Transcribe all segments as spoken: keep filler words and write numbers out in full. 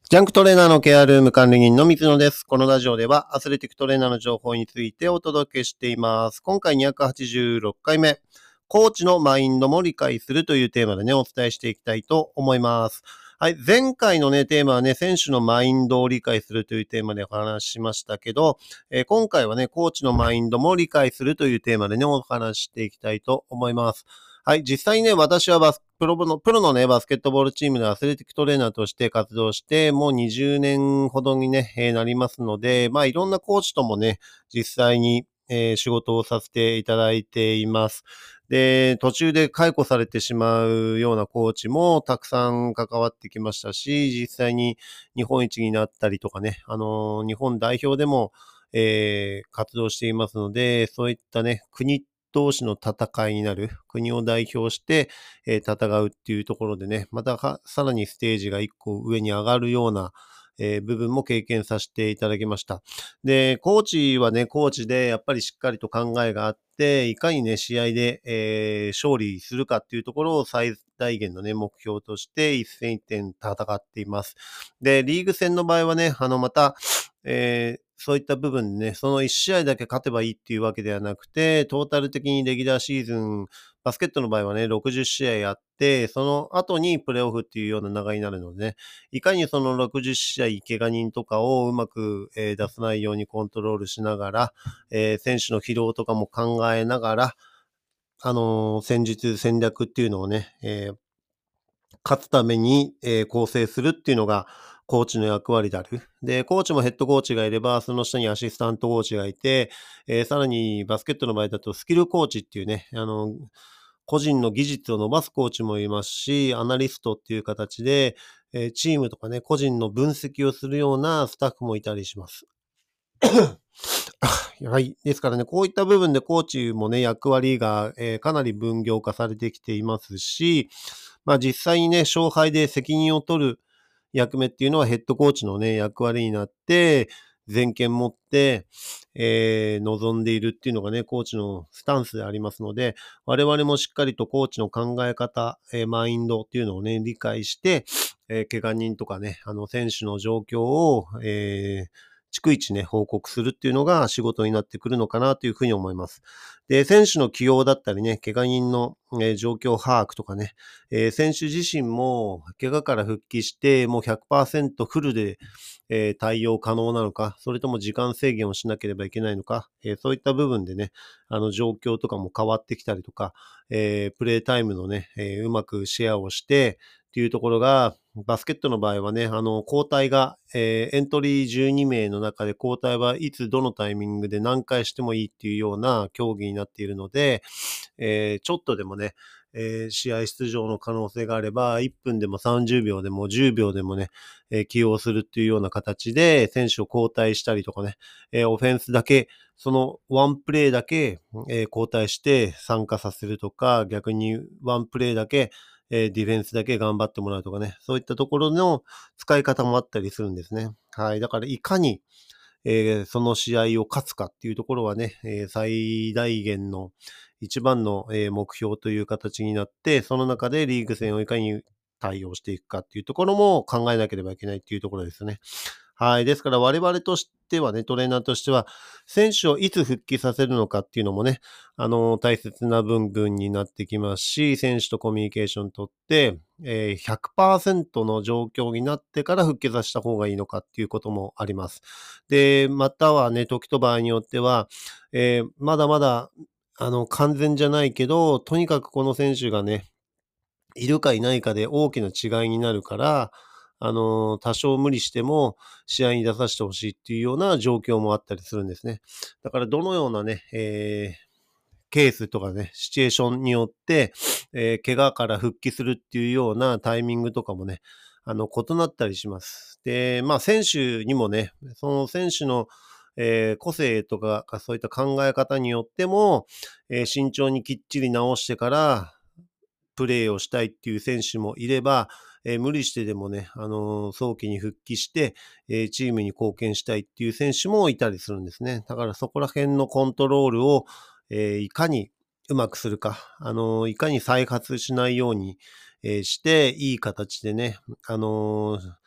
ジャンクトレーナーのケアルーム管理人の水野です。このラジオではアスレティックトレーナーの情報についてお届けしています。今回にひゃくはちじゅうろっかいめ、コーチのマインドも理解するというテーマでね、お伝えしていきたいと思います。はい。前回のね、テーマはね、選手のマインドを理解するというテーマでお話ししましたけど、えー今回はね、コーチのマインドも理解するというテーマでね、お話ししていきたいと思います。はい。実際にね、私はバスプロの、プロのね、バスケットボールチームでアスレティックトレーナーとして活動して、もうにじゅうねんほどにね、えーなりますので、まあいろんなコーチともね、実際に、えー仕事をさせていただいています。で、途中で解雇されてしまうようなコーチもたくさん関わってきましたし、実際に日本一になったりとかね、あのー日本代表でも、えー活動していますので、そういったね、国同士の戦いになる、国を代表して、えー戦うっていうところでね、またかさらにステージが一個上に上がるような、えー部分も経験させていただきました。で、コーチはね、コーチでやっぱりしっかりと考えがあって、いかにね、試合で、えー勝利するかっていうところを最大限のね、目標として一戦一戦戦っています。で、リーグ戦の場合はね、あの、また、えーそういった部分でね、そのいち試合だけ勝てばいいっていうわけではなくて、トータル的にレギュラーシーズン、バスケットの場合はね、ろくじゅう試合やって、その後にプレーオフっていうような流れになるのでね、いかにそのろくじゅう試合、怪我人とかをうまく、えー出さないようにコントロールしながら、えー選手の疲労とかも考えながら、あのー戦術、戦略っていうのをね、えー勝つために、えー構成するっていうのが、コーチの役割である。で、コーチもヘッドコーチがいれば、その下にアシスタントコーチがいて、えーさらにバスケットの場合だとスキルコーチっていうね、あの、個人の技術を伸ばすコーチもいますし、アナリストっていう形で、えーチームとかね、個人の分析をするようなスタッフもいたりします。はい。ですからね、こういった部分でコーチもね、役割が、えーかなり分業化されてきていますし、まあ実際にね、勝敗で責任を取る役目っていうのはヘッドコーチのね、役割になって、全権持って、えー望んでいるっていうのがね、コーチのスタンスでありますので、我々もしっかりとコーチの考え方、えーマインドっていうのをね、理解して、えー怪我人とかね、あの、選手の状況を、えー逐一ね、報告するっていうのが仕事になってくるのかなというふうに思います。で、選手の起用だったりね、怪我人の、えー状況把握とかね、えー選手自身も怪我から復帰して、もうひゃくパーセントフルで、えー対応可能なのか、それとも時間制限をしなければいけないのか、えーそういった部分でね、あの状況とかも変わってきたりとか、えープレイタイムのね、えーうまくシェアをして、っていうところが、バスケットの場合はね、あの、交代が、えーエントリーじゅうに名の中で交代はいつどのタイミングで何回してもいいっていうような競技になっているので、えーちょっとでもね、えー試合出場の可能性があれば、いっぷんでもさんじゅうびょうでもじゅうびょうでもね、えー起用するっていうような形で選手を交代したりとかね、えーオフェンスだけ、そのワンプレーだけ、えー交代して参加させるとか、逆にワンプレーだけ、えーディフェンスだけ頑張ってもらうとかね、そういったところの使い方もあったりするんですね。はい。だからいかに、えーその試合を勝つかっていうところはね、えー最大限の一番の、えー目標という形になって、その中でリーグ戦をいかに対応していくかっていうところも考えなければいけないっていうところですね。はい。ですから我々としてはね、トレーナーとしては、選手をいつ復帰させるのかっていうのもね、あの、大切な部分になってきますし、選手とコミュニケーション取って、えーひゃくパーセントの状況になってから復帰させた方がいいのかっていうこともあります。で、またはね、時と場合によっては、えーまだまだ、あの、完全じゃないけど、とにかくこの選手がね、いるかいないかで大きな違いになるから、あの、多少無理しても試合に出させてほしいっていうような状況もあったりするんですね。だからどのようなね、えーケースとかね、シチュエーションによって、えー怪我から復帰するっていうようなタイミングとかもね、あの、異なったりします。で、まあ、選手にもね、その選手の、えー個性とか、そういった考え方によっても、えー慎重にきっちり直してから、プレーをしたいっていう選手もいれば、えー無理してでもね、あのー早期に復帰して、えーチームに貢献したいっていう選手もいたりするんですね。だからそこら辺のコントロールを、えーいかにうまくするか、あのーいかに再発しないように、えーして、いい形でね、あのー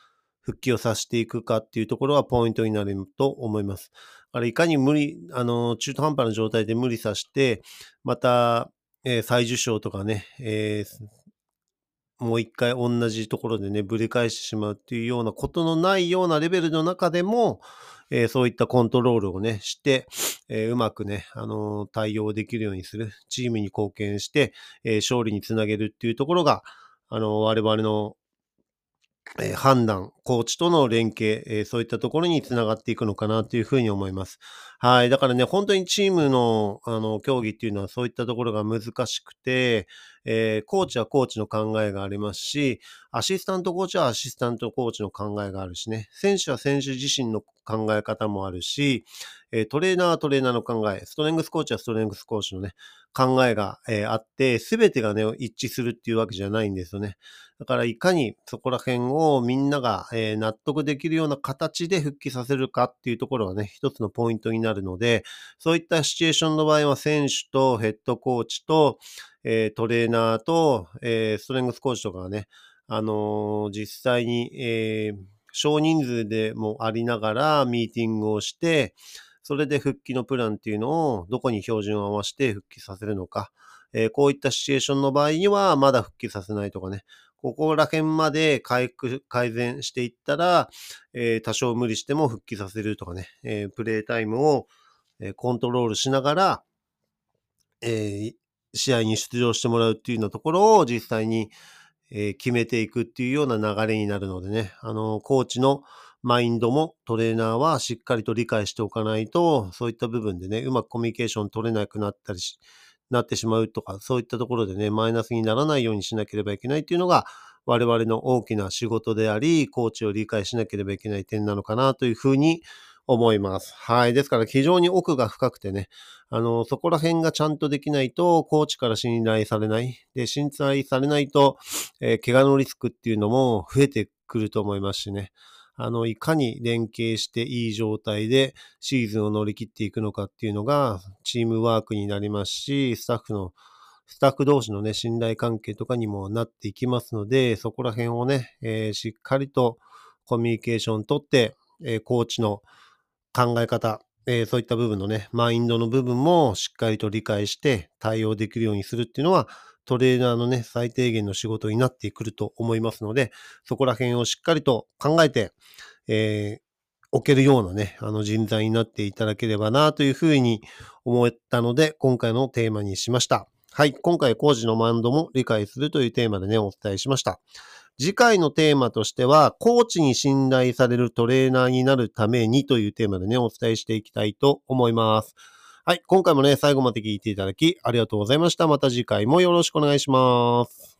復帰をさせていくかっていうところはポイントになると思います。だからいかに無理、あの、中途半端な状態で無理させて、また、えー再受賞とかね、えーもう一回同じところでね、ぶり返してしまうっていうようなことのないようなレベルの中でも、えーそういったコントロールをね、して、えーうまくね、あのー対応できるようにする、チームに貢献して、えー勝利につなげるっていうところが、あのー我々のえー判断、コーチとの連携、えーそういったところにつながっていくのかなというふうに思います。はい。だからね、本当にチームの、あの、競技っていうのはそういったところが難しくて、えーコーチはコーチの考えがありますし、アシスタントコーチはアシスタントコーチの考えがあるしね、選手は選手自身の考え方もあるし、えートレーナーはトレーナーの考え、ストレングスコーチはストレングスコーチのね、考えが、えーあって、すべてがね、一致するっていうわけじゃないんですよね。だからいかにそこら辺をみんなが、えー納得できるような形で復帰させるかっていうところはね、一つのポイントになるので、そういったシチュエーションの場合は選手とヘッドコーチと、えートレーナーと、えーストレングスコーチとかがね、あのー実際に、えー少人数でもありながらミーティングをして、それで復帰のプランっていうのをどこに標準を合わせて復帰させるのか、えーこういったシチュエーションの場合にはまだ復帰させないとかね、ここら辺まで回復、改善していったら、えー多少無理しても復帰させるとかね、えープレイタイムを、えーコントロールしながら、えー試合に出場してもらうっていうようなところを実際に、えー決めていくっていうような流れになるのでね、あの、コーチのマインドもトレーナーはしっかりと理解しておかないと、そういった部分でね、うまくコミュニケーション取れなくなったりし、なってしまうとか、そういったところでね、マイナスにならないようにしなければいけないっていうのが、我々の大きな仕事であり、コーチを理解しなければいけない点なのかなというふうに思います。はい。ですから非常に奥が深くてね、あの、そこら辺がちゃんとできないと、コーチから信頼されない。で、信頼されないと、えー怪我のリスクっていうのも増えてくると思いますしね。あの、いかに連携していい状態でシーズンを乗り切っていくのかっていうのが、チームワークになりますし、スタッフの、スタッフ同士のね、信頼関係とかにもなっていきますので、そこら辺をね、えーしっかりとコミュニケーション取って、えーコーチの考え方、えーそういった部分のね、マインドの部分もしっかりと理解して対応できるようにするっていうのは、トレーナーのね、最低限の仕事になってくると思いますので、そこら辺をしっかりと考えて、えー置けるようなね、あの人材になっていただければなというふうに思ったので、今回のテーマにしました。はい。今回、工事のマインドも理解するというテーマでね、お伝えしました。次回のテーマとしては、コーチに信頼されるトレーナーになるためにというテーマでね、お伝えしていきたいと思います。はい。今回もね、最後まで聞いていただきありがとうございました。また次回もよろしくお願いします。